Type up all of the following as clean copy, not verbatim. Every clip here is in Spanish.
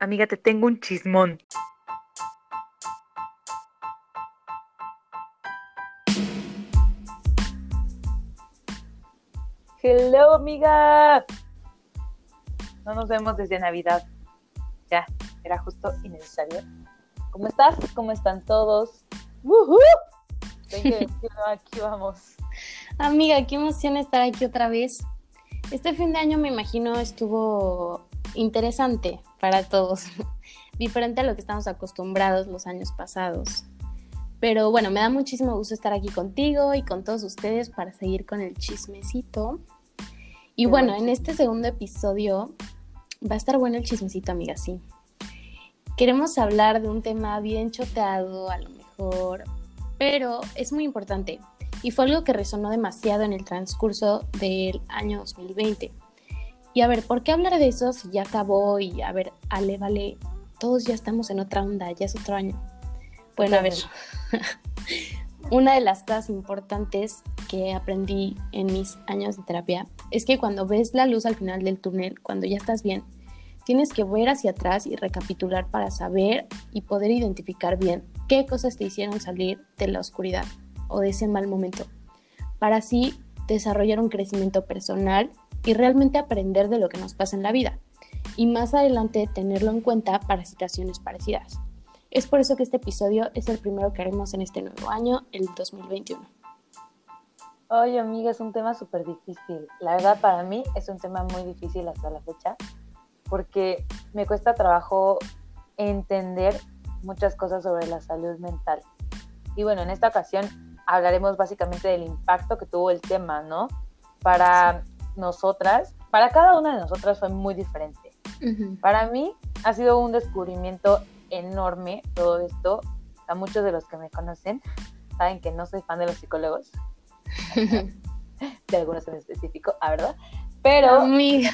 Amiga, te tengo un chismón. Hello, amiga. No nos vemos desde Navidad. Ya, era justo y necesario. ¿Cómo estás? ¿Cómo están todos? ¡Woohoo! Aquí vamos. Amiga, qué emoción estar aquí otra vez. Este fin de año me imagino estuvo interesante para todos, diferente a lo que estamos acostumbrados los años pasados. Pero bueno, me da muchísimo gusto estar aquí contigo y con todos ustedes para seguir con el chismecito. Y bueno, en este segundo episodio va a estar bueno el chismecito, amiga, sí. Queremos hablar de un tema bien choteado, a lo mejor, pero es muy importante. Y fue algo que resonó demasiado en el transcurso del año 2020. Y a ver, ¿por qué hablar de eso si ya acabó? Y a ver, vale, todos ya estamos en otra onda, ya es otro año. Bueno, a ver, una de las cosas importantes que aprendí en mis años de terapia es que cuando ves la luz al final del túnel, cuando ya estás bien, tienes que ver hacia atrás y recapitular para saber y poder identificar bien qué cosas te hicieron salir de la oscuridad o de ese mal momento, para así desarrollar un crecimiento personal y realmente aprender de lo que nos pasa en la vida y más adelante tenerlo en cuenta para situaciones parecidas. Es por eso que este episodio es el primero que haremos en este nuevo año, el 2021. Oye, amiga, es un tema súper difícil. La verdad, para mí es un tema muy difícil hasta la fecha, porque me cuesta trabajo entender muchas cosas sobre la salud mental. Y bueno, en esta ocasión hablaremos básicamente del impacto que tuvo el tema, ¿no? Para nosotras, para cada una de nosotras fue muy diferente. Uh-huh. Para mí ha sido un descubrimiento enorme todo esto. A muchos de los que me conocen saben que no soy fan de los psicólogos, de algunos en específico, ¿verdad? Pero, amiga.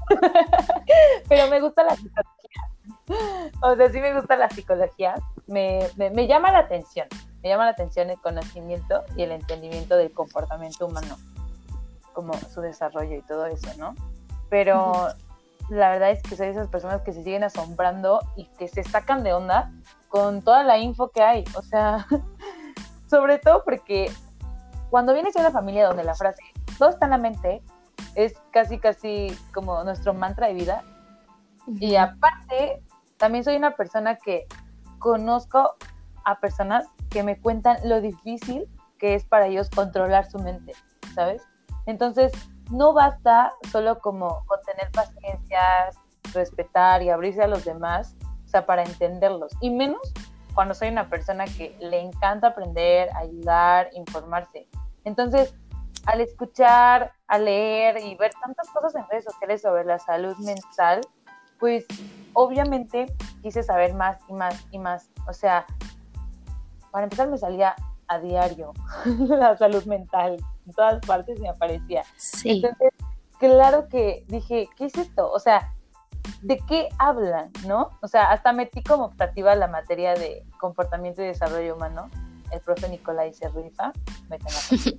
Pero me gusta la psicología. O sea, sí me gusta la psicología. Me llama la atención. Me llama la atención el conocimiento y el entendimiento del comportamiento humano, como su desarrollo y todo eso, ¿no? Pero la verdad es que soy de esas personas que se siguen asombrando y que se sacan de onda con toda la info que hay. O sea, sobre todo porque cuando vienes de una familia donde la frase todo está en la mente es casi como nuestro mantra de vida. Uh-huh. Y aparte, también soy una persona que conozco a personas que me cuentan lo difícil que es para ellos controlar su mente, ¿sabes? Entonces, no basta solo como con tener paciencia, respetar y abrirse a los demás, o sea, para entenderlos. Y menos cuando soy una persona que le encanta aprender, ayudar, informarse. Entonces, al escuchar, a leer y ver tantas cosas en redes sociales sobre la salud mental, pues obviamente quise saber más y más y más. O sea, para empezar me salía a diario la salud mental, en todas partes me aparecía. Sí. Entonces, claro que dije, ¿qué es esto? O sea, ¿de qué hablan, no? O sea, hasta metí como optativa la materia de comportamiento y desarrollo humano. El profe Nicolai se rifa, me tengo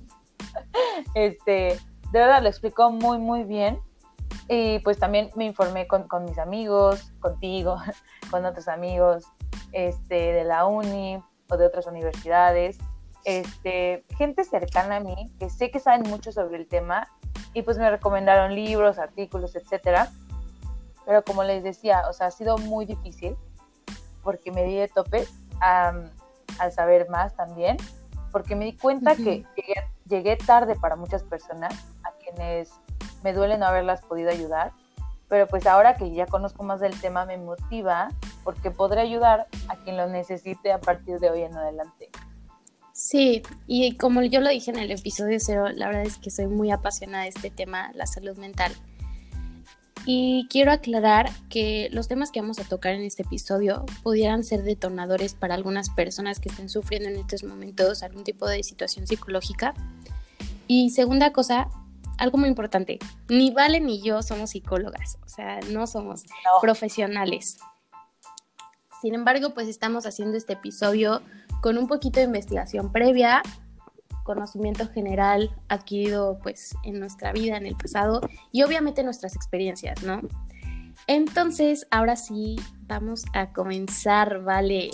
de verdad lo explicó muy, muy bien. Y pues también me informé con mis amigos, contigo, con otros amigos de la uni o de otras universidades, gente cercana a mí que sé que saben mucho sobre el tema y pues me recomendaron libros, artículos, etcétera. Pero como les decía, o sea, ha sido muy difícil porque me di de tope al saber más también, porque me di cuenta uh-huh. que llegué tarde para muchas personas a quienes me duele no haberlas podido ayudar, pero pues ahora que ya conozco más del tema me motiva porque podré ayudar a quien lo necesite a partir de hoy en adelante. Sí, y como yo lo dije en el episodio 0, la verdad es que soy muy apasionada de este tema, la salud mental. Y quiero aclarar que los temas que vamos a tocar en este episodio pudieran ser detonadores para algunas personas que estén sufriendo en estos momentos algún tipo de situación psicológica. Y segunda cosa, algo muy importante, ni Vale ni yo somos psicólogas, o sea, no somos profesionales. Sin embargo, pues estamos haciendo este episodio con un poquito de investigación previa, conocimiento general adquirido pues en nuestra vida, en el pasado y obviamente nuestras experiencias, ¿no? Entonces, ahora sí, vamos a comenzar, vale.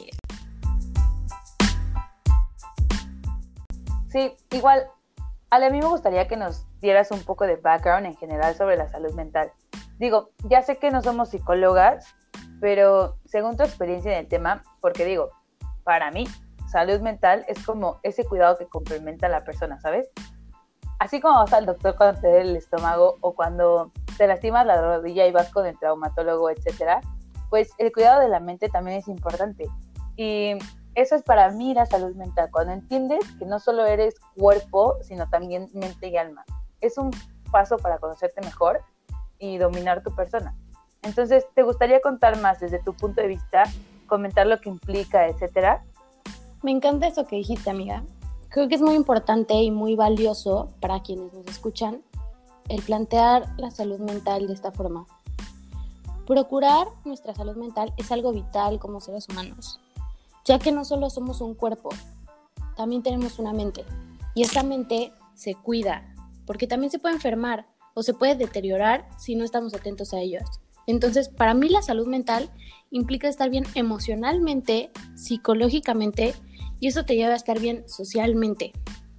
Sí, igual, Ale, a mí me gustaría que nos dieras un poco de background en general sobre la salud mental. Digo, ya sé que no somos psicólogas, pero según tu experiencia en el tema, porque digo, para mí, salud mental es como ese cuidado que complementa a la persona, ¿sabes? Así como vas al doctor cuando te duele el estómago o cuando te lastimas la rodilla y vas con el traumatólogo, etcétera, pues el cuidado de la mente también es importante. Y eso es para mí la salud mental, cuando entiendes que no solo eres cuerpo, sino también mente y alma. Es un paso para conocerte mejor y dominar tu persona. Entonces, ¿te gustaría contar más desde tu punto de vista, comentar lo que implica, etcétera? Me encanta eso que dijiste, amiga. Creo que es muy importante y muy valioso para quienes nos escuchan el plantear la salud mental de esta forma. Procurar nuestra salud mental es algo vital como seres humanos, ya que no solo somos un cuerpo, también tenemos una mente. Y esa mente se cuida, porque también se puede enfermar o se puede deteriorar si no estamos atentos a ellos. Entonces, para mí la salud mental implica estar bien emocionalmente, psicológicamente, y eso te lleva a estar bien socialmente.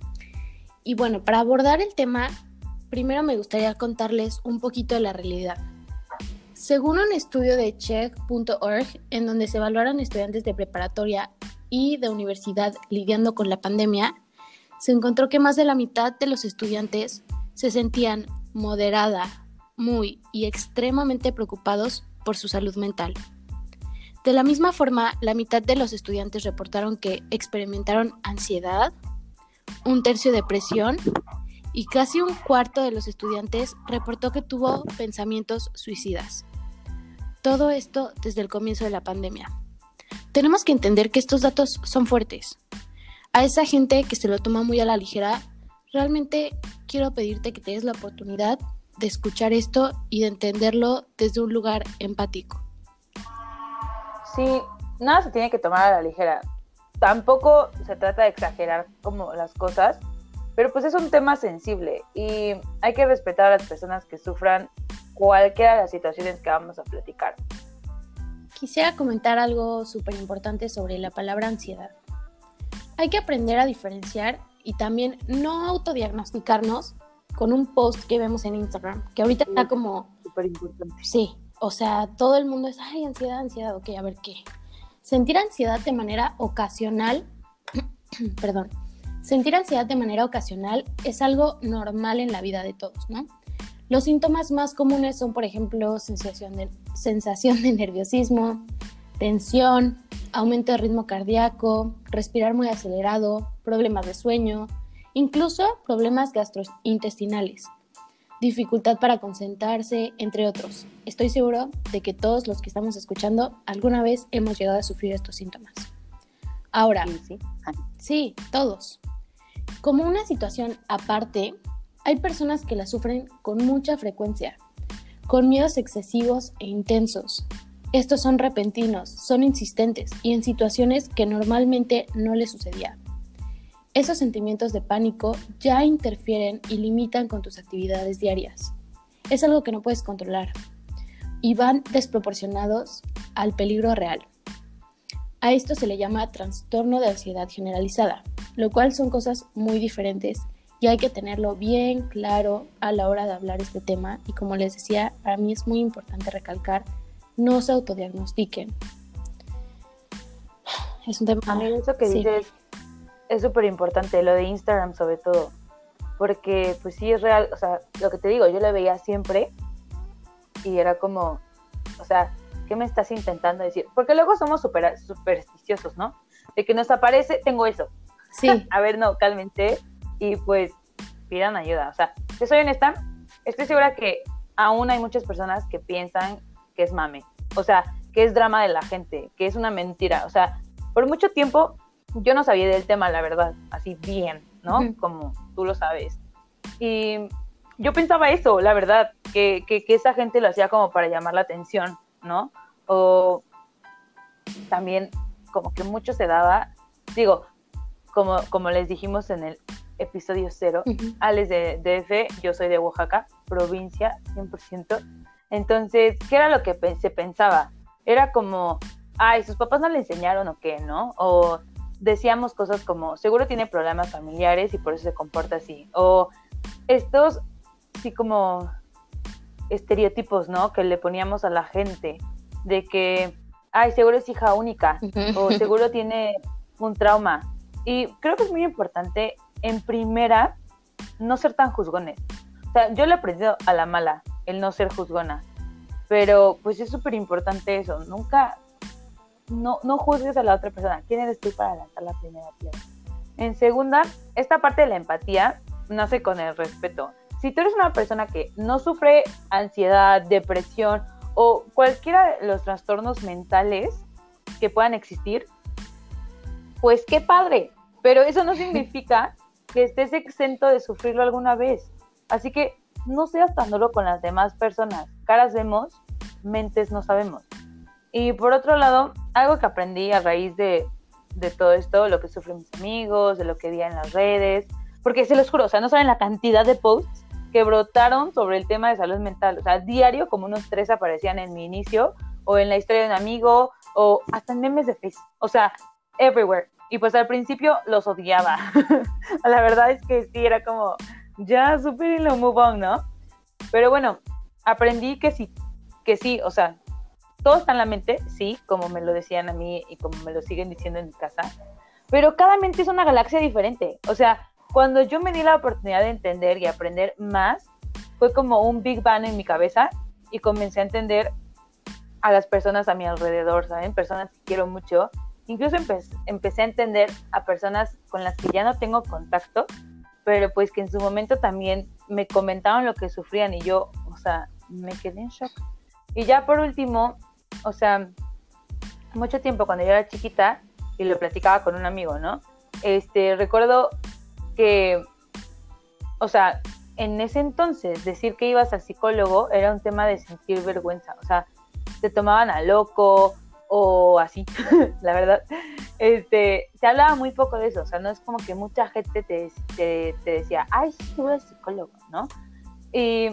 Y bueno, para abordar el tema, primero me gustaría contarles un poquito de la realidad. Según un estudio de check.org, en donde se evaluaron estudiantes de preparatoria y de universidad lidiando con la pandemia, se encontró que más de la mitad de los estudiantes se sentían moderada, muy y extremadamente preocupados por su salud mental. De la misma forma, la mitad de los estudiantes reportaron que experimentaron ansiedad, un tercio depresión y casi un cuarto de los estudiantes reportó que tuvo pensamientos suicidas. Todo esto desde el comienzo de la pandemia. Tenemos que entender que estos datos son fuertes. A esa gente que se lo toma muy a la ligera, realmente quiero pedirte que te des la oportunidad de escuchar esto y de entenderlo desde un lugar empático. Sí, nada se tiene que tomar a la ligera. Tampoco se trata de exagerar como las cosas, pero pues es un tema sensible y hay que respetar a las personas que sufran cualquiera de las situaciones que vamos a platicar. Quisiera comentar algo súper importante sobre la palabra ansiedad. Hay que aprender a diferenciar y también no autodiagnosticarnos con un post que vemos en Instagram, que ahorita está como... Súper importante. Sí, o sea, todo el mundo es, ay, ansiedad, ok, a ver qué. Sentir ansiedad de manera ocasional, sentir ansiedad de manera ocasional es algo normal en la vida de todos, ¿no? Los síntomas más comunes son, por ejemplo, sensación de nerviosismo, tensión, aumento de ritmo cardíaco, respirar muy acelerado, problemas de sueño, incluso problemas gastrointestinales, dificultad para concentrarse, entre otros. Estoy seguro de que todos los que estamos escuchando alguna vez hemos llegado a sufrir estos síntomas. Ahora, sí, todos. Como una situación aparte, hay personas que la sufren con mucha frecuencia, con miedos excesivos e intensos. Estos son repentinos, son insistentes y en situaciones que normalmente no les sucedía. Esos sentimientos de pánico ya interfieren y limitan con tus actividades diarias. Es algo que no puedes controlar y van desproporcionados al peligro real. A esto se le llama trastorno de ansiedad generalizada, lo cual son cosas muy diferentes y hay que tenerlo bien claro a la hora de hablar este tema. Y como les decía, para mí es muy importante recalcar, no se autodiagnostiquen. Es un tema... A mí eso que dices es súper importante, lo de Instagram sobre todo, porque pues sí es real, o sea, lo que te digo, yo lo veía siempre y era como, o sea, ¿qué me estás intentando decir? Porque luego somos supersticiosos, ¿no? De que nos aparece, tengo eso. Sí. A ver, no, cálmense y pues pidan ayuda. O sea, te soy honesta, estoy segura que aún hay muchas personas que piensan que es mame, o sea, que es drama de la gente, que es una mentira. O sea, por mucho tiempo yo no sabía del tema, la verdad, así bien, ¿no? Uh-huh. Como tú lo sabes. Y yo pensaba eso, la verdad, que esa gente lo hacía como para llamar la atención, ¿no? O también como que mucho se daba, digo, como les dijimos en el episodio 0, uh-huh. Alex de DF, yo soy de Oaxaca, provincia, 100%. Entonces, ¿qué era lo que se pensaba? era como, ay, sus papás no le enseñaron o qué, ¿no? O decíamos cosas como, seguro tiene problemas familiares y por eso se comporta así. O estos, sí, como estereotipos, ¿no? Que le poníamos a la gente de que, ay, seguro es hija única o seguro tiene un trauma. Y creo que es muy importante, en primera, no ser tan juzgones. O sea, yo lo he aprendido a la mala, el no ser juzgona. Pero pues es súper importante eso. Nunca, no juzgues a la otra persona. ¿Quién eres tú para lanzar la primera piedra? En segunda, esta parte de la empatía nace con el respeto. Si tú eres una persona que no sufre ansiedad, depresión o cualquiera de los trastornos mentales que puedan existir, pues qué padre. Pero eso no significa que estés exento de sufrirlo alguna vez. Así que no seas tan duro con las demás personas. Caras vemos, mentes no sabemos. Y por otro lado, algo que aprendí a raíz de todo esto, lo que sufren mis amigos, de lo que vi en las redes, porque se los juro, o sea, no saben la cantidad de posts que brotaron sobre el tema de salud mental. O sea, diario como unos 3 aparecían en mi inicio, o en la historia de un amigo, o hasta en memes de Facebook. O sea, everywhere. Y pues al principio los odiaba. La verdad es que sí, era como, ya, supérenlo, move on, ¿no? Pero bueno, aprendí que sí, o sea, todo está en la mente, sí, como me lo decían a mí y como me lo siguen diciendo en mi casa, pero cada mente es una galaxia diferente. O sea, cuando yo me di la oportunidad de entender y aprender más, fue como un Big Bang en mi cabeza y comencé a entender a las personas a mi alrededor, ¿saben? Personas que quiero mucho. Incluso empecé a entender a personas con las que ya no tengo contacto, pero pues que en su momento también me comentaban lo que sufrían y yo, o sea, me quedé en shock. Y ya por último, o sea, mucho tiempo cuando yo era chiquita y lo platicaba con un amigo, ¿no? Recuerdo que, o sea, en ese entonces decir que ibas al psicólogo era un tema de sentir vergüenza, o sea, te tomaban a loco o así, la verdad. Se hablaba muy poco de eso, o sea, no es como que mucha gente te decía, ay, sí, voy al psicólogo, ¿no? Y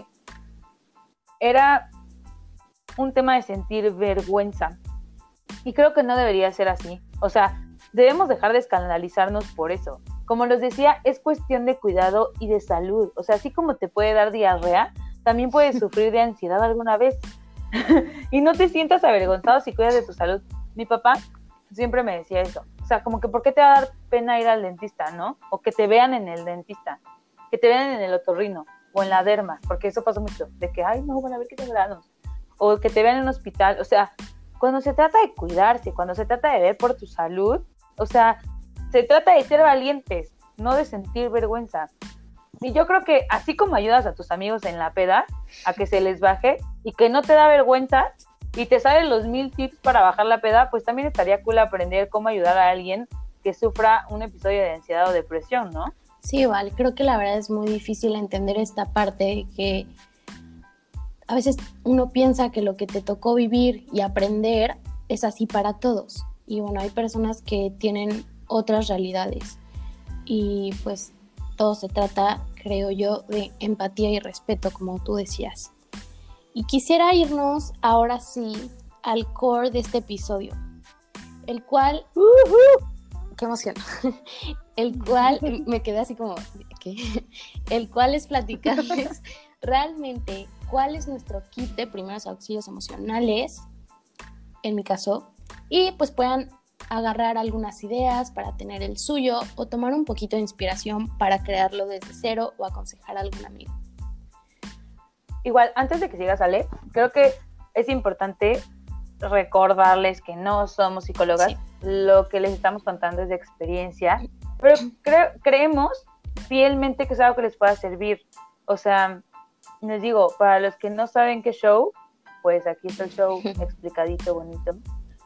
era un tema de sentir vergüenza. Y creo que no debería ser así. O sea, debemos dejar de escandalizarnos por eso. Como les decía, es cuestión de cuidado y de salud. O sea, así como te puede dar diarrea, también puedes sufrir de ansiedad alguna vez. Y no te sientas avergonzado si cuidas de tu salud. Mi papá siempre me decía eso. O sea, como que ¿por qué te va a dar pena ir al dentista, no? O que te vean en el dentista, que te vean en el otorrino o en la derma, porque eso pasa mucho. De que, ay, no, van a ver qué te granos. O que te vean en un hospital. O sea, cuando se trata de cuidarse, cuando se trata de ver por tu salud, o sea, se trata de ser valientes, no de sentir vergüenza. Y yo creo que así como ayudas a tus amigos en la peda a que se les baje y que no te da vergüenza y te salen los 1000 tips para bajar la peda, pues también estaría cool aprender cómo ayudar a alguien que sufra un episodio de ansiedad o depresión, ¿no? Sí, Val, creo que la verdad es muy difícil entender esta parte que a veces uno piensa que lo que te tocó vivir y aprender es así para todos. Y bueno, hay personas que tienen otras realidades. Y pues todo se trata, creo yo, de empatía y respeto, como tú decías. Y quisiera irnos ahora sí al core de este episodio, el cual... ¡Qué emoción! El cual, me quedé así como... ¿qué? El cual es platicarles realmente cuál es nuestro kit de primeros auxilios emocionales, en mi caso, y pues puedan agarrar algunas ideas para tener el suyo o tomar un poquito de inspiración para crearlo desde cero o aconsejar a algún amigo. Igual, antes de que sigas, Ale, creo que es importante recordarles que no somos psicólogas, sí. Lo que les estamos contando es de experiencia, pero creemos fielmente que es algo que les pueda servir. O sea, les digo, para los que no saben qué show, pues aquí está el show explicadito, bonito,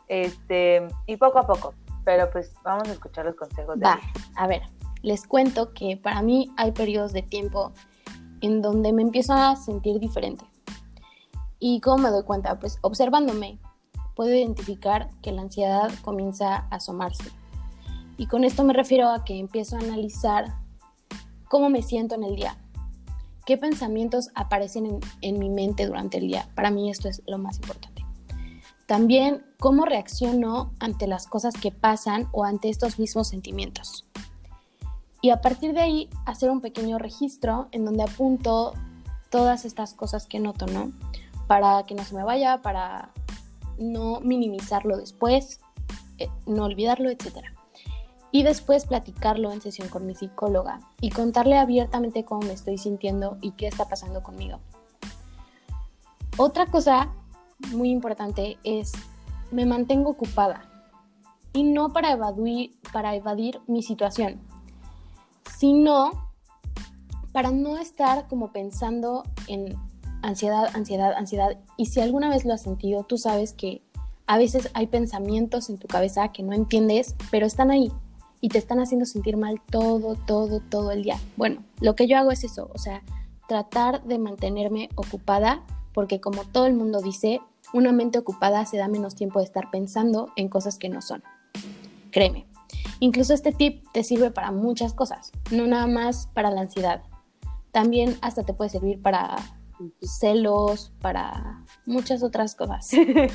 y poco a poco, pero pues vamos a escuchar los consejos de Va, a ver, les cuento que para mí hay periodos de tiempo en donde me empiezo a sentir diferente. ¿Y cómo me doy cuenta? Pues observándome, puedo identificar que la ansiedad comienza a asomarse. Y con esto me refiero a que empiezo a analizar cómo me siento en el día, qué pensamientos aparecen en mi mente durante el día. Para mí esto es lo más importante. También cómo reacciono ante las cosas que pasan o ante estos mismos sentimientos. Y a partir de ahí hacer un pequeño registro en donde apunto todas estas cosas que noto, ¿no? Para que no se me vaya, para no minimizarlo después, no olvidarlo, etc. Y después platicarlo en sesión con mi psicóloga y contarle abiertamente cómo me estoy sintiendo y qué está pasando conmigo. Otra cosa muy importante es me mantengo ocupada y no para evadir mi situación, sino para no estar como pensando en ansiedad. Y si alguna vez lo has sentido, tú sabes que a veces hay pensamientos en tu cabeza que no entiendes, pero están ahí y te están haciendo sentir mal todo el día. Bueno, lo que yo hago es eso, o sea, tratar de mantenerme ocupada, porque como todo el mundo dice, una mente ocupada se da menos tiempo de estar pensando en cosas que no son. Créeme. Incluso este tip te sirve para muchas cosas, no nada más para la ansiedad. También hasta te puede servir para celos, para muchas otras cosas.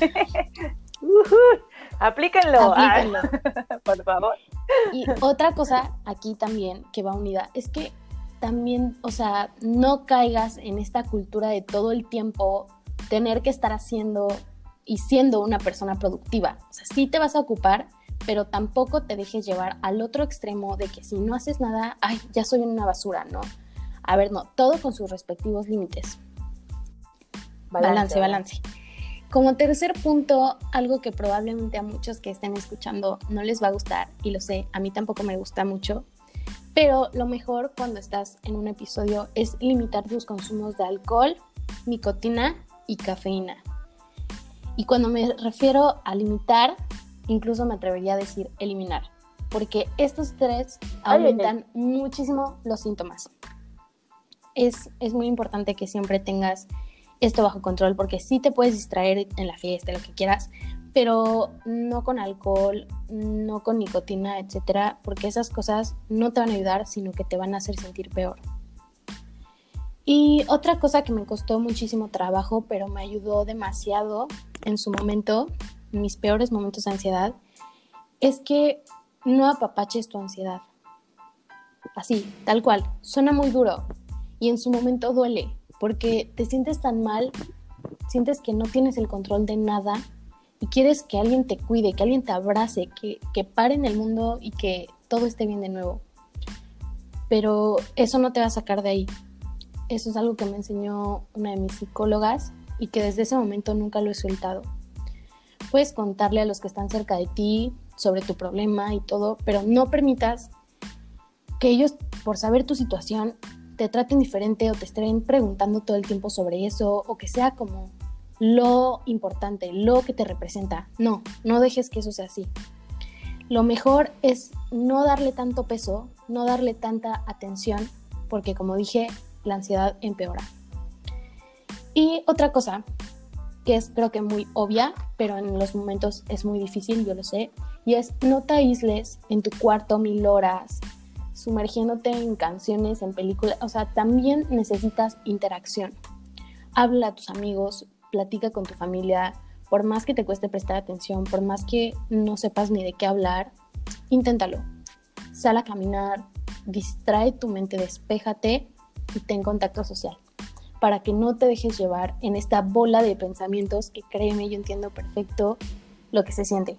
Aplíquenlo. Por favor. Y otra cosa aquí también que va unida es que también, o sea, no caigas en esta cultura de todo el tiempo tener que estar haciendo y siendo una persona productiva. O sea, sí te vas a ocupar, pero tampoco te dejes llevar al otro extremo de que si no haces nada, ay, ya soy una basura, ¿no? A ver, no, todo con sus respectivos límites. Balance. Como tercer punto, algo que probablemente a muchos que estén escuchando no les va a gustar, y lo sé, a mí tampoco me gusta mucho, pero lo mejor cuando estás en un episodio es limitar tus consumos de alcohol, nicotina y cafeína. Y cuando me refiero a limitar, incluso me atrevería a decir eliminar, porque estos tres aumentan muchísimo los síntomas. Es muy importante que siempre tengas esto bajo control, porque sí te puedes distraer en la fiesta, lo que quieras, pero no con alcohol, no con nicotina, etcétera, porque esas cosas no te van a ayudar, sino que te van a hacer sentir peor. Y otra cosa que me costó muchísimo trabajo, pero me ayudó demasiado en su momento, en mis peores momentos de ansiedad, es que no apapaches tu ansiedad. Así, tal cual, suena muy duro y en su momento duele, porque te sientes tan mal, sientes que no tienes el control de nada y quieres que alguien te cuide, que alguien te abrace, que pare en el mundo y que todo esté bien de nuevo. Pero eso no te va a sacar de ahí. Eso es algo que me enseñó una de mis psicólogas y que desde ese momento nunca lo he soltado. Puedes contarle a los que están cerca de ti sobre tu problema y todo, pero no permitas que ellos, por saber tu situación, te traten diferente o te estén preguntando todo el tiempo sobre eso, o que sea como lo importante, lo que te representa. No dejes que eso sea así. Lo mejor es no darle tanto peso, no darle tanta atención, porque como dije, la ansiedad empeora. Y otra cosa, que es creo que muy obvia, pero en los momentos es muy difícil, yo lo sé, y es no te aísles en tu cuarto 1000 horas, sumergiéndote en canciones, en películas. O sea, también necesitas interacción. Habla a tus amigos, platica con tu familia, por más que te cueste prestar atención, por más que no sepas ni de qué hablar, inténtalo. Sal a caminar, distrae tu mente, despéjate y ten contacto social, para que no te dejes llevar en esta bola de pensamientos que, créeme, yo entiendo perfecto lo que se siente.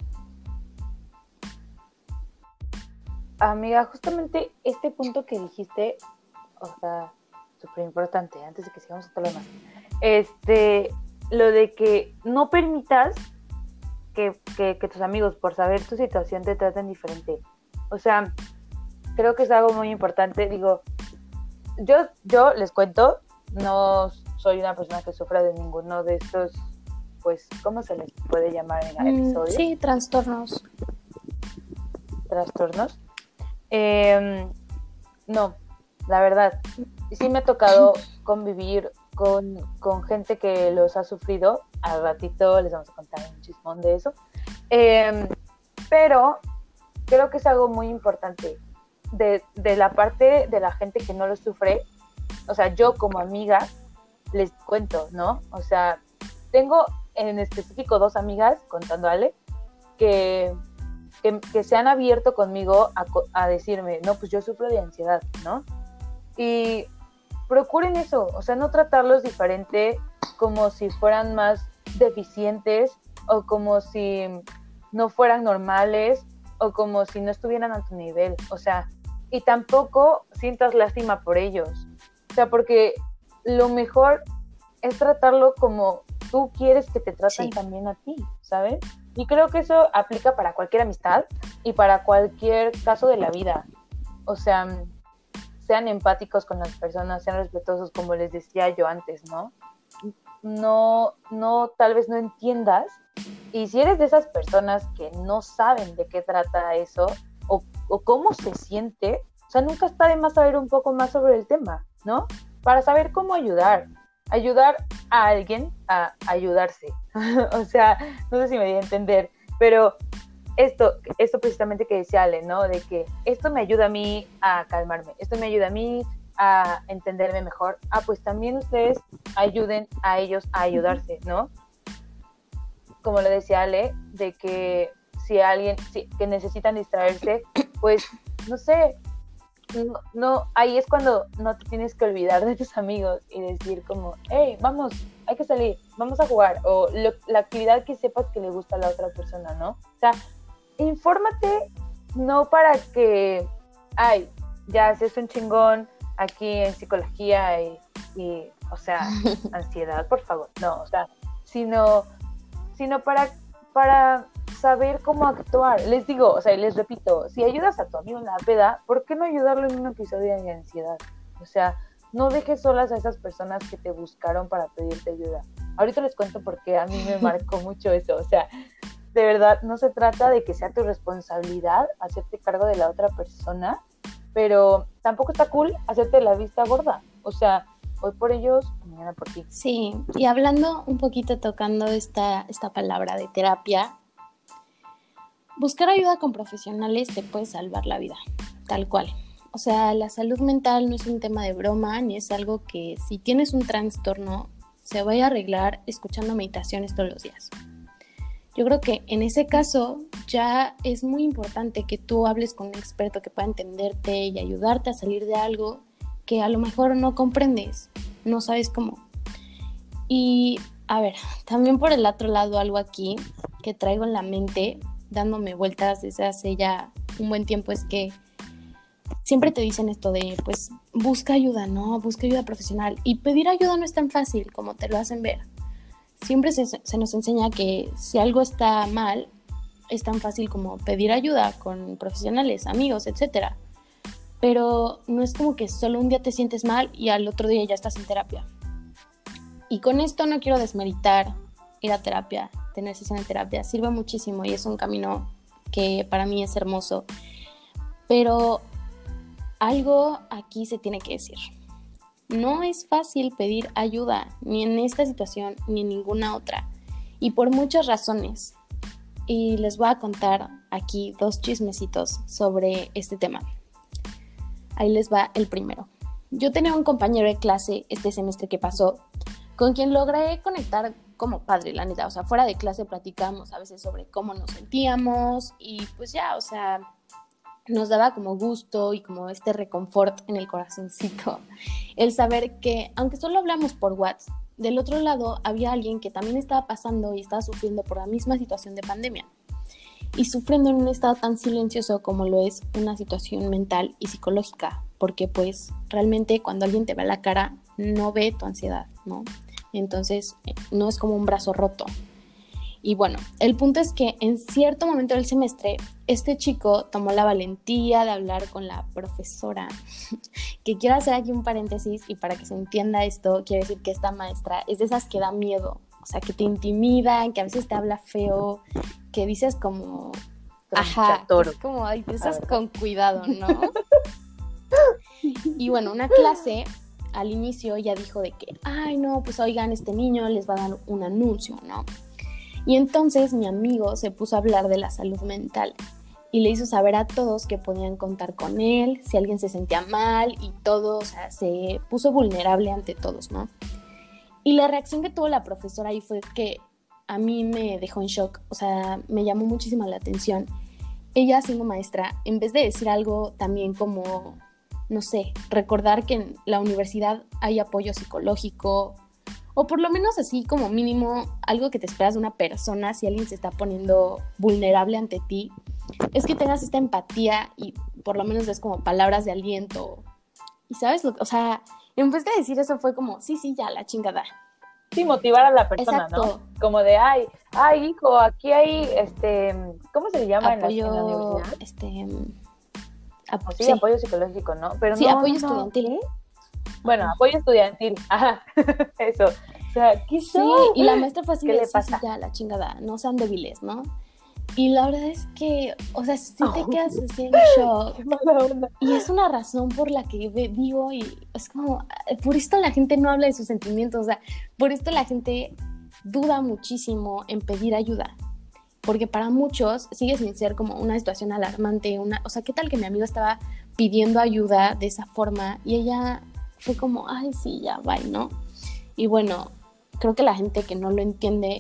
Amiga, justamente este punto que dijiste, o sea, súper importante, antes de que sigamos a todo lo demás, lo de que no permitas que tus amigos, por saber tu situación, te traten diferente. O sea, creo que es algo muy importante. Digo, yo les cuento, no soy una persona que sufra de ninguno de estos, pues, ¿cómo se les puede llamar en el episodio? Sí, trastornos. ¿Trastornos? No, la verdad, sí me ha tocado convivir con gente que los ha sufrido. Al ratito les vamos a contar un chismón de eso. Pero creo que es algo muy importante de la parte de la gente que no lo sufre. O sea, yo como amiga les cuento, ¿no? O sea, tengo en específico 2 amigas, contando a Ale, que se han abierto conmigo a decirme, no, pues yo sufro de ansiedad, ¿no? Y procuren eso, o sea, no tratarlos diferente como si fueran más deficientes o como si no fueran normales o como si no estuvieran a tu nivel, o sea, y tampoco sientas lástima por ellos, o sea, porque lo mejor es tratarlo como tú quieres que te traten también a ti, ¿sabes? Y creo que eso aplica para cualquier amistad y para cualquier caso de la vida. O sea, sean empáticos con las personas, sean respetuosos, como les decía yo antes, ¿no? No, tal vez no entiendas. Y si eres de esas personas que no saben de qué trata eso o cómo se siente, o sea, nunca está de más saber un poco más sobre el tema, ¿no? Para saber cómo ayudar a alguien a ayudarse. O sea, no sé si me di a entender, pero esto precisamente que decía Ale, ¿no? De que esto me ayuda a mí a calmarme, esto me ayuda a mí a entenderme mejor. Pues también ustedes ayuden a ellos a ayudarse, ¿no? Como lo decía Ale, de que si que necesitan distraerse, pues, no sé, no, ahí es cuando no te tienes que olvidar de tus amigos y decir como, hey, vamos, hay que salir, vamos a jugar, o la actividad que sepas que le gusta a la otra persona, ¿no? O sea, infórmate, no para que, ya seas un chingón aquí en psicología y o sea, ansiedad, por favor, no, o sea, sino para saber cómo actuar. Les digo, o sea, les repito, si ayudas a tu amigo en la peda, ¿por qué no ayudarlo en un episodio de ansiedad? O sea, no dejes solas a esas personas que te buscaron para pedirte ayuda. Ahorita les cuento porque a mí me marcó mucho eso, o sea, de verdad, no se trata de que sea tu responsabilidad hacerte cargo de la otra persona, pero tampoco está cool hacerte la vista gorda, o sea, hoy por ellos, mañana por ti. Sí, y hablando un poquito, tocando esta palabra de terapia, buscar ayuda con profesionales te puede salvar la vida, tal cual. O sea, la salud mental no es un tema de broma, ni es algo que si tienes un trastorno se vaya a arreglar escuchando meditaciones todos los días. Yo creo que en ese caso ya es muy importante que tú hables con un experto que pueda entenderte y ayudarte a salir de algo que a lo mejor no comprendes, no sabes cómo. Y a ver, también por el otro lado algo aquí que traigo en la mente, dándome vueltas desde hace ya un buen tiempo, es que siempre te dicen esto de, pues, busca ayuda, ¿no? Busca ayuda profesional. Y pedir ayuda no es tan fácil como te lo hacen ver. Siempre se nos enseña que si algo está mal, es tan fácil como pedir ayuda con profesionales, amigos, etcétera. Pero no es como que solo un día te sientes mal y al otro día ya estás en terapia. Y con esto no quiero desmeritar ir a terapia, tener sesión de terapia. Sirve muchísimo y es un camino que para mí es hermoso. Pero algo aquí se tiene que decir. No es fácil pedir ayuda, ni en esta situación, ni en ninguna otra. Y por muchas razones. Y les voy a contar aquí 2 chismecitos sobre este tema. Ahí les va el primero. Yo tenía un compañero de clase este semestre que pasó, con quien logré conectar como padre, la neta. O sea, fuera de clase platicamos a veces sobre cómo nos sentíamos y pues ya, o sea, nos daba como gusto y como este reconfort en el corazoncito el saber que, aunque solo hablamos por WhatsApp, del otro lado había alguien que también estaba pasando y estaba sufriendo por la misma situación de pandemia y sufriendo en un estado tan silencioso como lo es una situación mental y psicológica, porque pues realmente cuando alguien te ve la cara no ve tu ansiedad, ¿no? Entonces no es como un brazo roto. Y bueno, el punto es que en cierto momento del semestre, este chico tomó la valentía de hablar con la profesora, que quiero hacer aquí un paréntesis y para que se entienda esto, quiero decir que esta maestra es de esas que da miedo, o sea, que te intimidan, que a veces te habla feo, que dices como, ajá, es como, ay, te usas con cuidado, ¿no? Y bueno, una clase al inicio ya dijo de que, ay, no, pues oigan, este niño les va a dar un anuncio, ¿no? Y entonces mi amigo se puso a hablar de la salud mental y le hizo saber a todos que podían contar con él, si alguien se sentía mal y todo, o sea, se puso vulnerable ante todos, ¿no? Y la reacción que tuvo la profesora ahí fue que a mí me dejó en shock, o sea, me llamó muchísimo la atención. Ella, siendo maestra, en vez de decir algo también como, no sé, recordar que en la universidad hay apoyo psicológico, o por lo menos así como mínimo algo que te esperas de una persona si alguien se está poniendo vulnerable ante ti, es que tengas esta empatía y por lo menos des como palabras de aliento. Y sabes, o sea, en vez de decir eso fue como, sí, ya, la chingada. Sí, motivar a la persona, Exacto. ¿no? Como de, ay, hijo, aquí hay, ¿cómo se le llama apoyo, en la universidad? Sí, apoyo psicológico, ¿no? Pero sí, no, apoyo estudiantil. Bueno, apoyo estudiantil, ajá, eso. O sea, ¿qué Sí, son? y la maestra fue así ¿Qué de, le pasa? Sí, ya, la chingada, no sean débiles, ¿no? Y la verdad es que, o sea, sí te quedas así en shock. Qué mala onda. Y es una razón por la que digo, y es como, por esto la gente no habla de sus sentimientos, o sea, por esto la gente duda muchísimo en pedir ayuda. Porque para muchos sigue sin ser como una situación alarmante, o sea, ¿qué tal que mi amigo estaba pidiendo ayuda de esa forma? Y ella fue como, ay, sí, ya, bye, ¿no? Y bueno, creo que la gente que no lo entiende,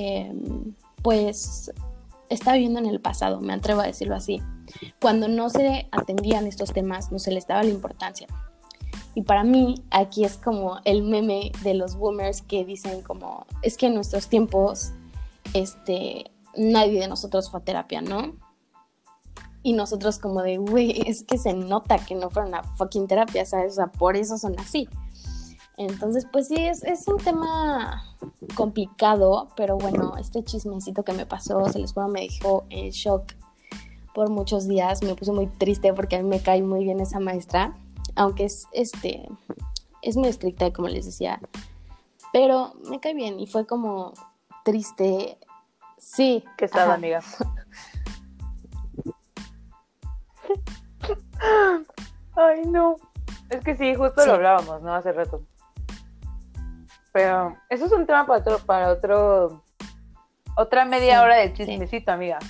pues está viviendo en el pasado, me atrevo a decirlo así. Cuando no se atendían estos temas, no se les daba la importancia. Y para mí, aquí es como el meme de los boomers que dicen como, es que en nuestros tiempos, nadie de nosotros fue a terapia, ¿no? Y nosotros como de, güey, es que se nota que no fueron a fucking terapia, ¿sabes? O sea, por eso son así. Entonces, pues sí, es un tema complicado, pero bueno, este chismecito que me pasó, se les juro, me dejó en shock por muchos días. Me puse muy triste porque a mí me cae muy bien esa maestra, aunque es muy estricta, como les decía, pero me cae bien y fue como triste. Sí. ¿Qué estaba, amiga? Ay, no. Es que sí, justo lo hablábamos, ¿no? Hace rato. Pero eso es un tema para otra media hora de chismecito, amiga.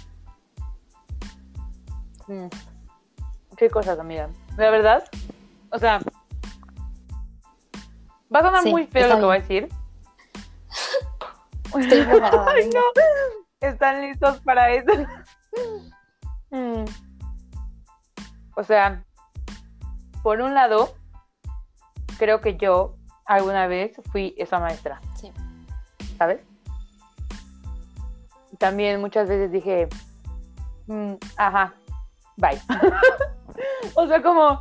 Qué cosas, amiga. La verdad, o sea, va a sonar muy feo lo que voy a decir. Estoy preparada. Ay, no. ¿Están listos para eso? O sea, por un lado, creo que yo alguna vez fui esa maestra. Sí. ¿Sabes? También muchas veces dije, ajá, bye. O sea, como,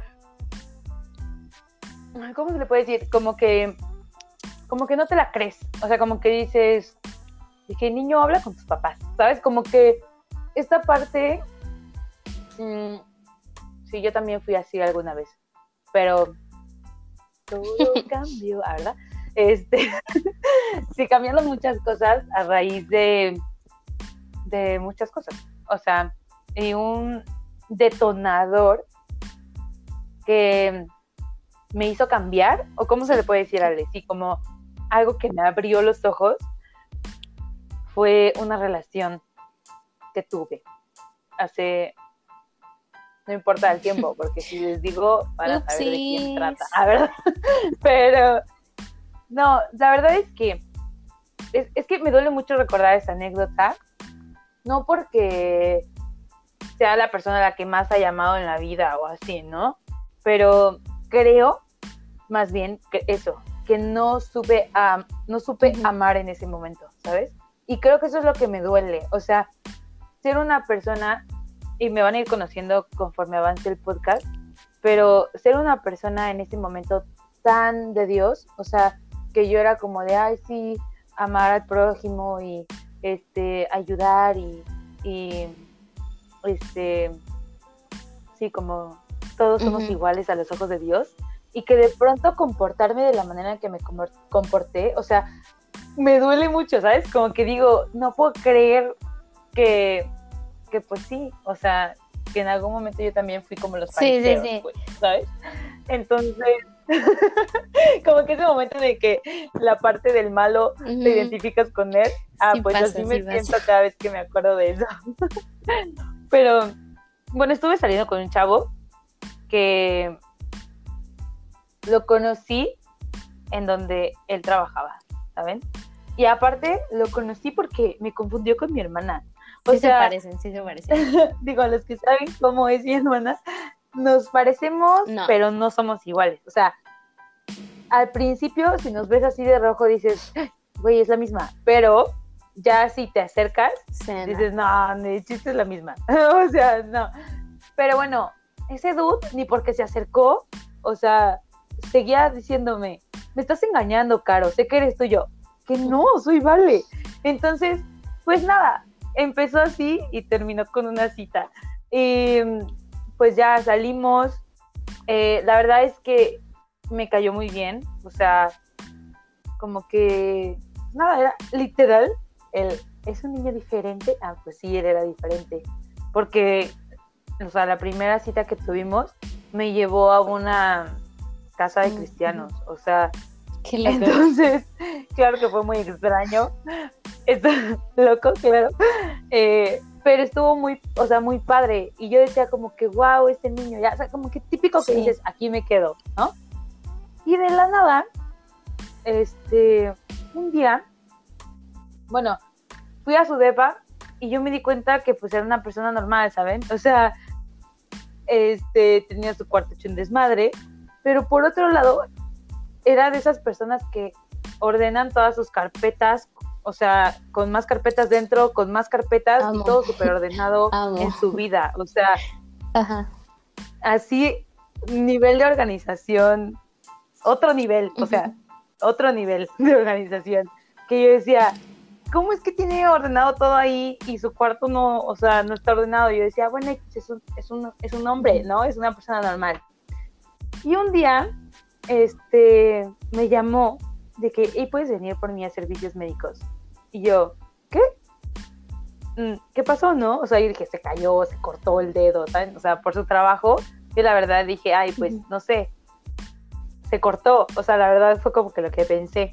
¿cómo se le puede decir? Como que no te la crees. O sea, como que dices, dije, niño, habla con tus papás, ¿sabes? Como que esta parte, sí, yo también fui así alguna vez, pero todo cambió, ¿verdad? Sí, cambiaron muchas cosas a raíz de muchas cosas. O sea, y un detonador que me hizo cambiar, o cómo se le puede decir, Ale, sí, como algo que me abrió los ojos, fue una relación que tuve hace, no importa el tiempo, porque si les digo van a saber de quién trata, ¿verdad? Pero no, la verdad es que me duele mucho recordar esa anécdota, no porque sea la persona a la que más ha llamado en la vida o así, ¿no? Pero creo más bien que eso, que no supe amar en ese momento, ¿sabes? Y creo que eso es lo que me duele, o sea, ser una persona, y me van a ir conociendo conforme avance el podcast, pero ser una persona en ese momento tan de Dios, o sea, que yo era como de, ay, sí, amar al prójimo y ayudar y sí, como todos somos iguales a los ojos de Dios, y que de pronto comportarme de la manera en que me comporté, o sea, me duele mucho, ¿sabes? Como que digo, no puedo creer que pues sí, o sea, que en algún momento yo también fui como los fariseos, sí. Pues, ¿sabes? Entonces, como que ese momento de que la parte del malo te identificas con él, sí, pues pasa, así me siento cada vez que me acuerdo de eso. Pero, bueno, estuve saliendo con un chavo que lo conocí en donde él trabajaba, ¿saben? Y aparte lo conocí porque me confundió con mi hermana. Sí se parecen. Digo, a los que saben cómo es mi hermana, nos parecemos, pero no somos iguales. O sea, al principio, si nos ves así de rojo, dices, güey, es la misma. Pero ya si te acercas, dices, no, de chiste es la misma. O sea, no. Pero bueno, ese dude, ni porque se acercó, o sea, seguía diciéndome, me estás engañando, Caro, sé que eres tú. Yo, que no, soy Vale. Entonces, pues nada, empezó así y terminó con una cita. Y pues ya salimos. La verdad es que me cayó muy bien. O sea, como que, nada, era literal, ¿es un niño diferente? Ah, pues sí, él era diferente. Porque, o sea, la primera cita que tuvimos me llevó a una casa de cristianos. O sea, entonces, claro que fue muy extraño. Está loco, claro. Pero estuvo muy, o sea, muy padre. Y yo decía como que, wow, este niño, ya, o sea, como que típico que dices, aquí me quedo, ¿no? Y de la nada, un día, bueno, fui a su depa y yo me di cuenta que pues era una persona normal, ¿saben? O sea, tenía su cuarto hecho un desmadre, pero por otro lado, era de esas personas que ordenan todas sus carpetas, o sea, con más carpetas dentro, con más carpetas. Amo. Y todo súper ordenado en su vida. O sea, así, nivel de organización, otro nivel, o sea, otro nivel de organización. Que yo decía, ¿cómo es que tiene ordenado todo ahí y su cuarto no, o sea, no está ordenado? Yo decía, bueno, es un hombre, ¿no? Es una persona normal. Y un día, me llamó de que, hey, ¿puedes venir por mí a servicios médicos? Y yo, ¿qué? ¿Qué pasó, no? O sea, yo dije, se cayó, se cortó el dedo, ¿saben? O sea, por su trabajo, yo la verdad dije, ay, pues, no sé, se cortó. O sea, la verdad fue como que lo que pensé.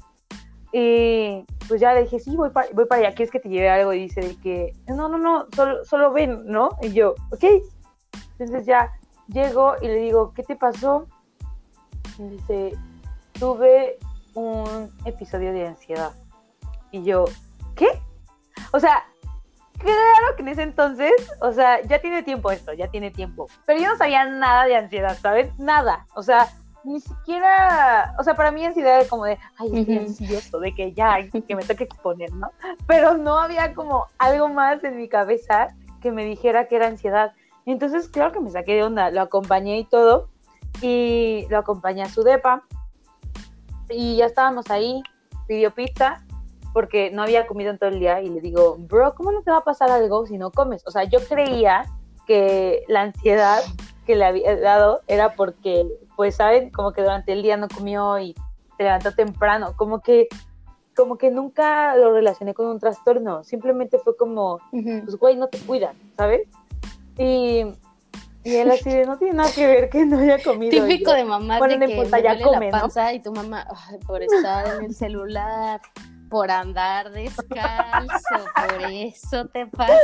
Y pues ya le dije, sí, voy para allá, ¿quieres que te lleve algo? Y dice de que, no, solo ven, ¿no? Y yo, ok. Entonces ya llego y le digo, ¿qué te pasó? Y dice, tuve un episodio de ansiedad. Y yo, ¿qué? O sea, claro que en ese entonces, o sea, ya tiene tiempo esto, ya tiene tiempo. Pero yo no sabía nada de ansiedad, ¿sabes? Nada. O sea, ni siquiera, o sea, para mí ansiedad era como de, ay, estoy ansioso, de que ya, que me toque exponer, ¿no? Pero no había como algo más en mi cabeza que me dijera que era ansiedad. Entonces, claro que me saqué de onda, lo acompañé y todo, y lo acompañé a su depa, y ya estábamos ahí, pidió pizza, porque no había comido en todo el día, y le digo, bro, ¿cómo no te va a pasar algo si no comes? O sea, yo creía que la ansiedad que le había dado era porque, pues, ¿saben? Como que durante el día no comió y se levantó temprano, como que nunca lo relacioné con un trastorno, simplemente fue como, pues, güey, no te cuidas, ¿sabes? Y él así de, no tiene nada que ver que no haya comido. Típico de mamás, bueno, de que importa, me ya duele come, la panza, ¿no? Y tu mamá, por estar en el celular, por andar descalzo, por eso te pasa.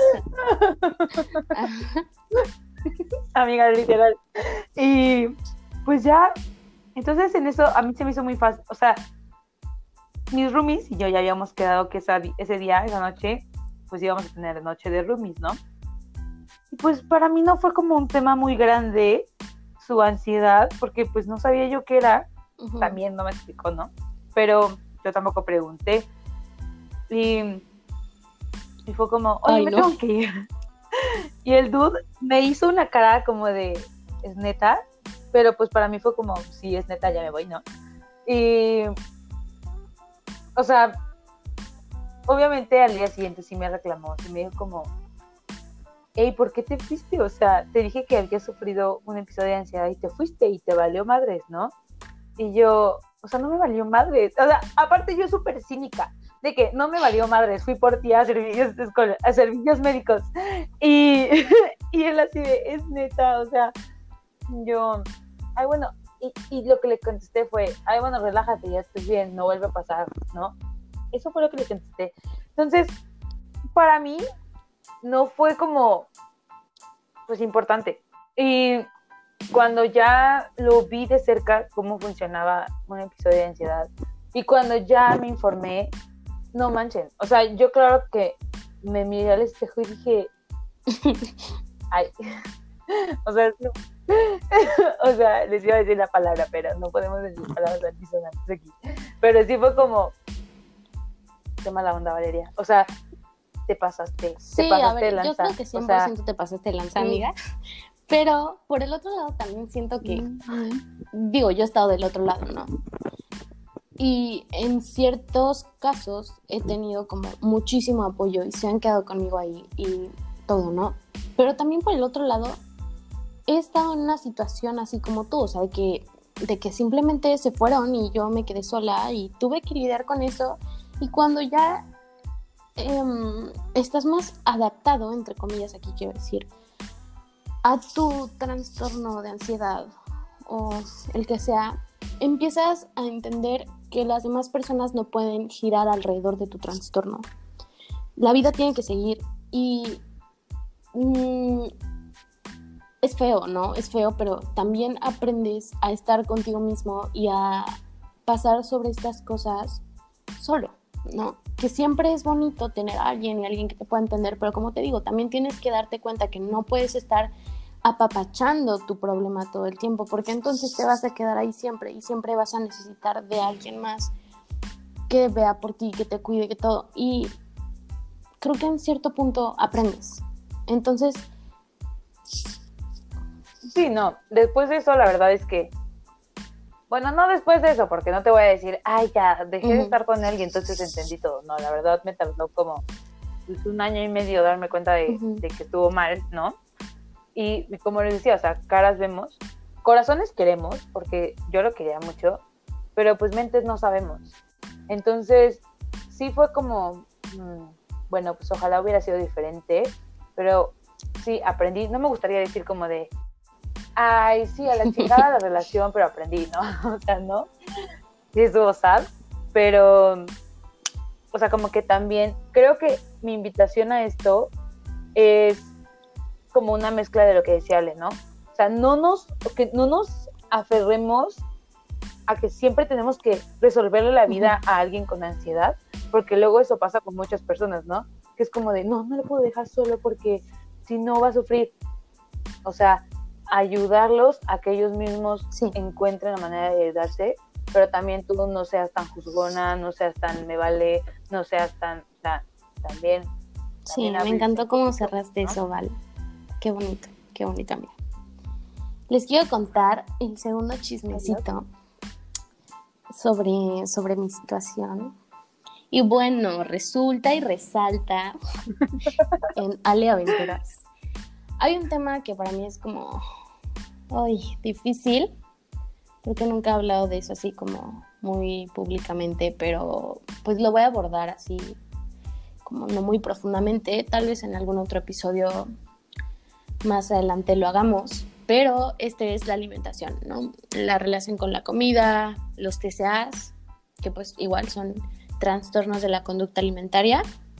Amiga, literal. Y pues ya, entonces en eso a mí se me hizo muy fácil. O sea, mis roomies y yo ya habíamos quedado que ese día, esa noche, pues íbamos a tener noche de roomies, ¿no? Y pues para mí no fue como un tema muy grande su ansiedad, porque pues no sabía yo qué era. También no me explicó, ¿no? Pero yo tampoco pregunté. Y fue como, oye, tengo que ir. Y el dude me hizo una cara como de, ¿es neta? Pero pues para mí fue como, sí, es neta, ya me voy, ¿no? Y, o sea, obviamente al día siguiente sí me reclamó, sí me dijo como, hey, ¿por qué te fuiste? O sea, te dije que habías sufrido un episodio de ansiedad y te fuiste y te valió madres, ¿no? Y yo, o sea, no me valió madres. O sea, aparte yo súper cínica, de que no me valió madres, fui por ti a servicios médicos. Y él así de, es neta, o sea, yo, ay, bueno, y lo que le contesté fue, ay, bueno, relájate, ya estás bien, no vuelve a pasar, ¿no? Eso fue lo que le contesté. Entonces, para mí, no fue como, pues, importante. Y cuando ya lo vi de cerca cómo funcionaba un episodio de ansiedad, y cuando ya me informé no manchen. O sea, yo claro que me miré al espejo y dije, ay, o sea, no. O sea, les iba a decir la palabra, pero no podemos decir palabras altisonantes aquí. Pero sí fue como, qué mala onda, Valeria. O sea, te pasaste a ver, lanza. yo creo que 100% o sea, te pasaste lanza, sí. amiga. Pero por el otro lado también siento que, digo, yo he estado del otro lado, ¿no? Y en ciertos casos he tenido como muchísimo apoyo y se han quedado conmigo ahí y todo, ¿no? Pero también por el otro lado he estado en una situación así como tú, o sea, de que simplemente se fueron y yo me quedé sola y tuve que lidiar con eso. Y cuando ya estás más adaptado, entre comillas aquí quiero decir, a tu trastorno de ansiedad o el que sea, empiezas a entender que las demás personas no pueden girar alrededor de tu trastorno. La vida tiene que seguir y es feo, ¿no? Es feo, pero también aprendes a estar contigo mismo y a pasar sobre estas cosas solo, ¿no? Que siempre es bonito tener a alguien y alguien que te pueda entender, pero como te digo, también tienes que darte cuenta que no puedes estar apapachando tu problema todo el tiempo, porque entonces te vas a quedar ahí siempre y siempre vas a necesitar de alguien más que vea por ti, que te cuide, que todo. Y creo que en cierto punto aprendes. Entonces... Sí, no. Después de eso, la verdad es que... Bueno, no después de eso, porque no te voy a decir, ay, ya, dejé de estar con él y entonces entendí todo. No, la verdad me tardó como pues, 1 año y medio darme cuenta de que estuvo mal, ¿no? Y como les decía, o sea, caras vemos, corazones queremos, porque yo lo quería mucho, pero pues mentes no sabemos. Entonces, sí fue como, bueno, pues ojalá hubiera sido diferente, pero sí, aprendí. No me gustaría decir como de, ay, sí, a la chingada la relación, pero aprendí, ¿no? O sea, ¿no? Sí estuvo sad, pero, o sea, como que también, creo que mi invitación a esto es como una mezcla de lo que decía Ale, ¿no? O sea, no nos aferremos a que siempre tenemos que resolverle la vida a alguien con ansiedad, porque luego eso pasa con muchas personas, ¿no? Que es como de, no lo puedo dejar solo porque si no va a sufrir. O sea, ayudarlos a que ellos mismos encuentren la manera de ayudarse, pero también tú no seas tan juzgona, no seas tan me vale, no seas tan, o sea, también sí, me encantó cómo cerraste, ¿no? Eso, Val. Qué bonito, amiga. Les quiero contar el segundo chismecito sobre mi situación. Y bueno, resulta y resalta en Ale Aventuras. Hay un tema que para mí es como difícil, porque nunca he hablado de eso así como muy públicamente, pero pues lo voy a abordar así como no muy profundamente, tal vez en algún otro episodio más adelante lo hagamos, pero este es la alimentación, ¿no? La relación con la comida, los TCAs, que pues igual son trastornos de la conducta alimentaria.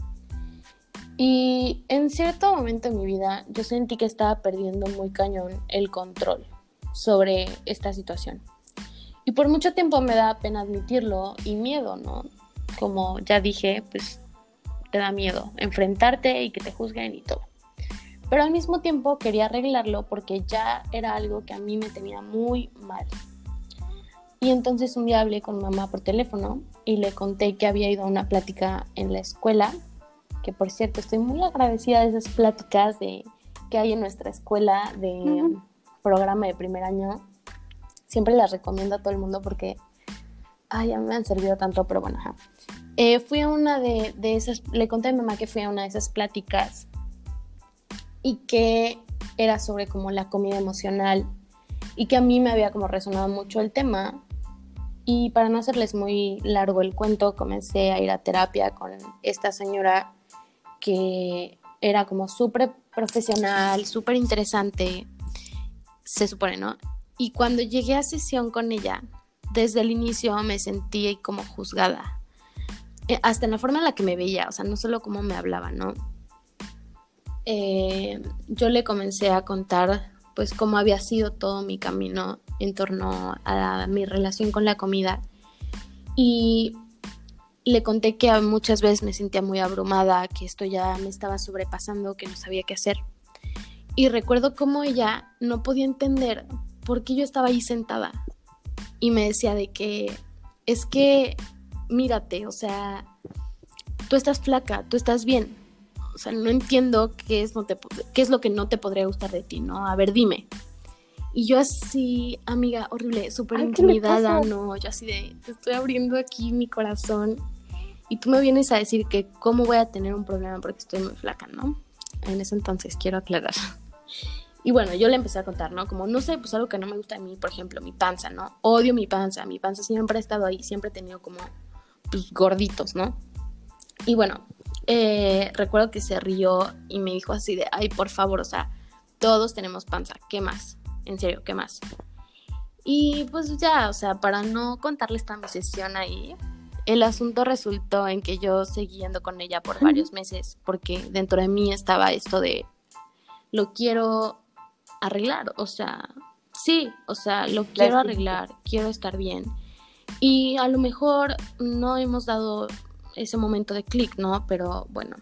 Y en cierto momento en mi vida yo sentí que estaba perdiendo muy cañón el control sobre esta situación. Y por mucho tiempo me da pena admitirlo y miedo, ¿no? Como ya dije, pues te da miedo enfrentarte y que te juzguen y todo. Pero al mismo tiempo quería arreglarlo porque ya era algo que a mí me tenía muy mal. Y entonces un día hablé con mamá por teléfono y le conté que había ido a una plática en la escuela, que por cierto estoy muy agradecida de esas pláticas que hay en nuestra escuela de programa de primer año. Siempre las recomiendo a todo el mundo porque a mí me han servido tanto, pero bueno, fui a una de esas, le conté a mi mamá que fui a una de esas pláticas y que era sobre como la comida emocional y que a mí me había como resonado mucho el tema. Y para no hacerles muy largo el cuento, comencé a ir a terapia con esta señora que era como súper profesional, súper interesante, se supone, ¿no? Y cuando llegué a sesión con ella, desde el inicio me sentí como juzgada, hasta en la forma en la que me veía, o sea, no solo cómo me hablaba, ¿no? Yo le comencé a contar pues cómo había sido todo mi camino en torno a mi relación con la comida y le conté que muchas veces me sentía muy abrumada, que esto ya me estaba sobrepasando, que no sabía qué hacer. Y recuerdo cómo ella no podía entender por qué yo estaba ahí sentada. Y me decía de que, es que, mírate, o sea, tú estás flaca, tú estás bien. O sea, no entiendo qué es lo que no te podría gustar de ti, ¿no? A ver, dime. Y yo así, amiga, horrible, súper intimidada, ¿no? Yo así de, te estoy abriendo aquí mi corazón y tú me vienes a decir que cómo voy a tener un problema porque estoy muy flaca, ¿no? En ese entonces, quiero aclarar. Y bueno, yo le empecé a contar, ¿no? Como, no sé, pues algo que no me gusta de mí, por ejemplo, mi panza, ¿no? Odio mi panza siempre ha estado ahí, siempre he tenido como, pues, gorditos, ¿no? Y bueno, recuerdo que se rió y me dijo así de, ay, por favor, o sea, todos tenemos panza, ¿qué más? En serio, ¿qué más? Y pues ya, o sea, para no contarles toda mi sesión ahí, el asunto resultó en que yo seguí yendo con ella por varios meses, porque dentro de mí estaba esto de, lo quiero arreglar, o sea, sí, o sea, lo quiero arreglar, quiero estar bien. Y a lo mejor no hemos dado ese momento de clic, ¿no? Pero bueno,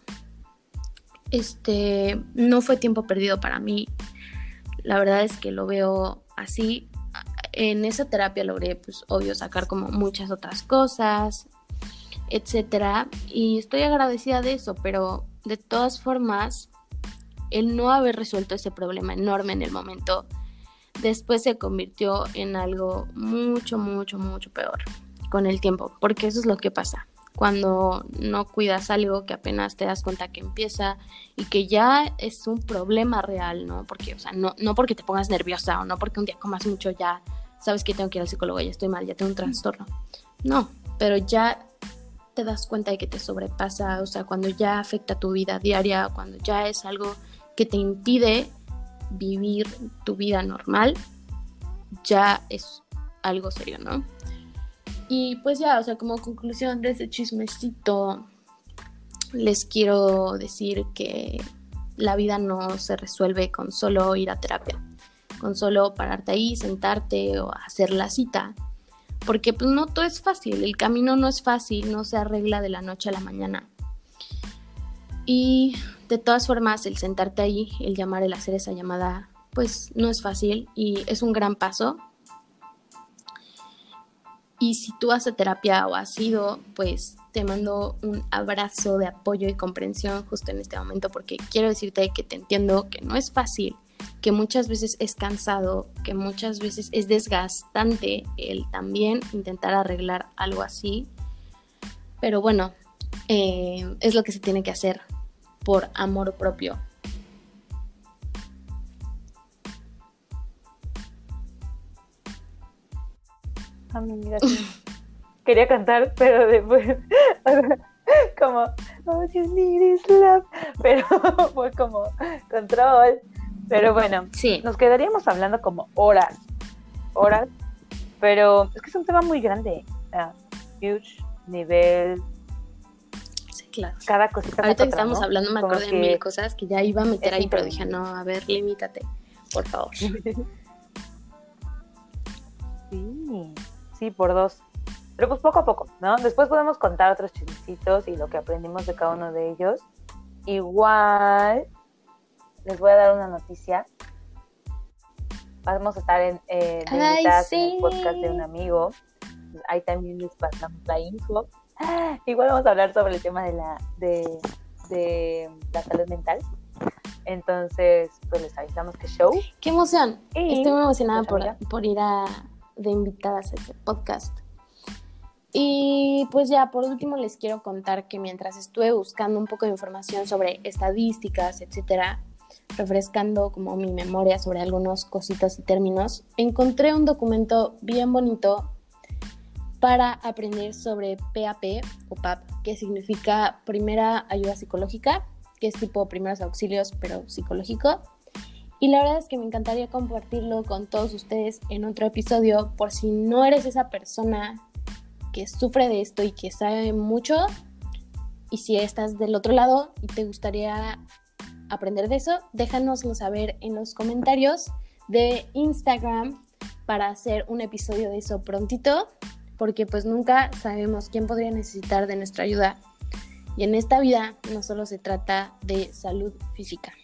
no fue tiempo perdido para mí. La verdad es que lo veo así. En esa terapia logré, pues, obvio, sacar como muchas otras cosas, etcétera. Y estoy agradecida de eso, pero de todas formas, el no haber resuelto ese problema enorme en el momento, después se convirtió en algo mucho, mucho, mucho peor con el tiempo, porque eso es lo que pasa cuando no cuidas algo que apenas te das cuenta que empieza y que ya es un problema real, ¿no? Porque, o sea, no porque te pongas nerviosa o no porque un día comas mucho ya sabes que tengo que ir al psicólogo, ya estoy mal, ya tengo un trastorno. No, pero ya te das cuenta de que te sobrepasa, o sea, cuando ya afecta tu vida diaria, cuando ya es algo que te impide vivir tu vida normal, ya es algo serio, ¿no? Y pues ya, o sea, como conclusión de ese chismecito, les quiero decir que la vida no se resuelve con solo ir a terapia, con solo pararte ahí, sentarte o hacer la cita, porque pues no todo es fácil, el camino no es fácil, no se arregla de la noche a la mañana. Y de todas formas, el sentarte ahí, el llamar, el hacer esa llamada, pues no es fácil y es un gran paso. Y si tú haces terapia o has ido, pues te mando un abrazo de apoyo y comprensión justo en este momento, porque quiero decirte que te entiendo, que no es fácil, que muchas veces es cansado, que muchas veces es desgastante el también intentar arreglar algo así. Pero bueno, es lo que se tiene que hacer por amor propio. A mí, mira, sí. Quería cantar, pero después como all you need is love, pero fue como control. Pero bueno, sí, nos quedaríamos hablando como horas, pero es que es un tema muy grande, huge, nivel. Sí, claro. Cada cosita. Ahorita que estábamos hablando me acordé de mil cosas que ya iba a meter ahí, pero dije, no, a ver, limítate, por favor. Sí, por dos. Pero pues poco a poco, ¿no? Después podemos contar otros chismecitos y lo que aprendimos de cada uno de ellos. Igual, les voy a dar una noticia. Vamos a estar de invitadas en el podcast de un amigo. Pues ahí también les pasamos la info. Igual vamos a hablar sobre el tema de la salud mental. Entonces, pues les avisamos que show. ¡Qué emoción! Estoy muy emocionada por ir de invitadas a este podcast. Y pues ya, por último les quiero contar que mientras estuve buscando un poco de información sobre estadísticas, etcétera, refrescando como mi memoria sobre algunas cositas y términos, encontré un documento bien bonito para aprender sobre PAP o PAP, que significa Primera Ayuda Psicológica, que es tipo primeros auxilios, pero psicológico. Y la verdad es que me encantaría compartirlo con todos ustedes en otro episodio, por si no eres esa persona que sufre de esto y que sabe mucho, y si estás del otro lado y te gustaría aprender de eso, déjanoslo saber en los comentarios de Instagram para hacer un episodio de eso prontito, porque pues nunca sabemos quién podría necesitar de nuestra ayuda. Y en esta vida no solo se trata de salud física.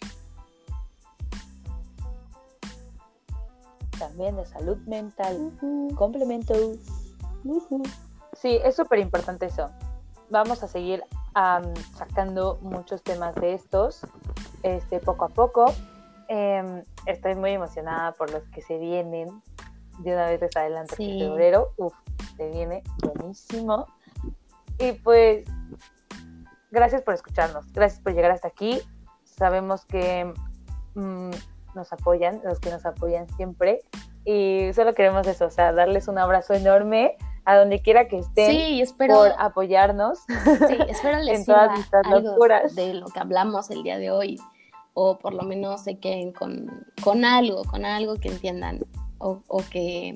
También de salud mental. Complemento. Sí, es súper importante eso. Vamos a seguir sacando muchos temas de estos poco a poco. Estoy muy emocionada por los que se vienen. De una vez les adelanto que febrero, se viene buenísimo. Y pues, gracias por escucharnos, gracias por llegar hasta aquí. Sabemos que nos apoyan, los que nos apoyan siempre. Y solo queremos eso, o sea, darles un abrazo enorme a donde quiera que estén. Sí, espero, por apoyarnos. Sí, espero les en sirva todas estas algo locuras de lo que hablamos el día de hoy, o por lo menos se queden con algo que entiendan o que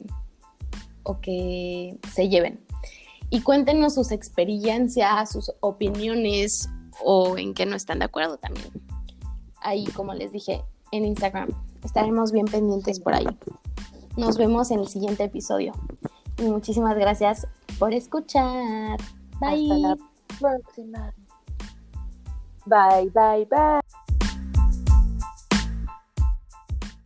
se lleven. Y cuéntenos sus experiencias, sus opiniones o en qué no están de acuerdo también. Ahí, como les dije, en Instagram. Estaremos bien pendientes por ahí. Nos vemos en el siguiente episodio. Y muchísimas gracias por escuchar. Bye. Hasta la próxima. Bye, bye, bye.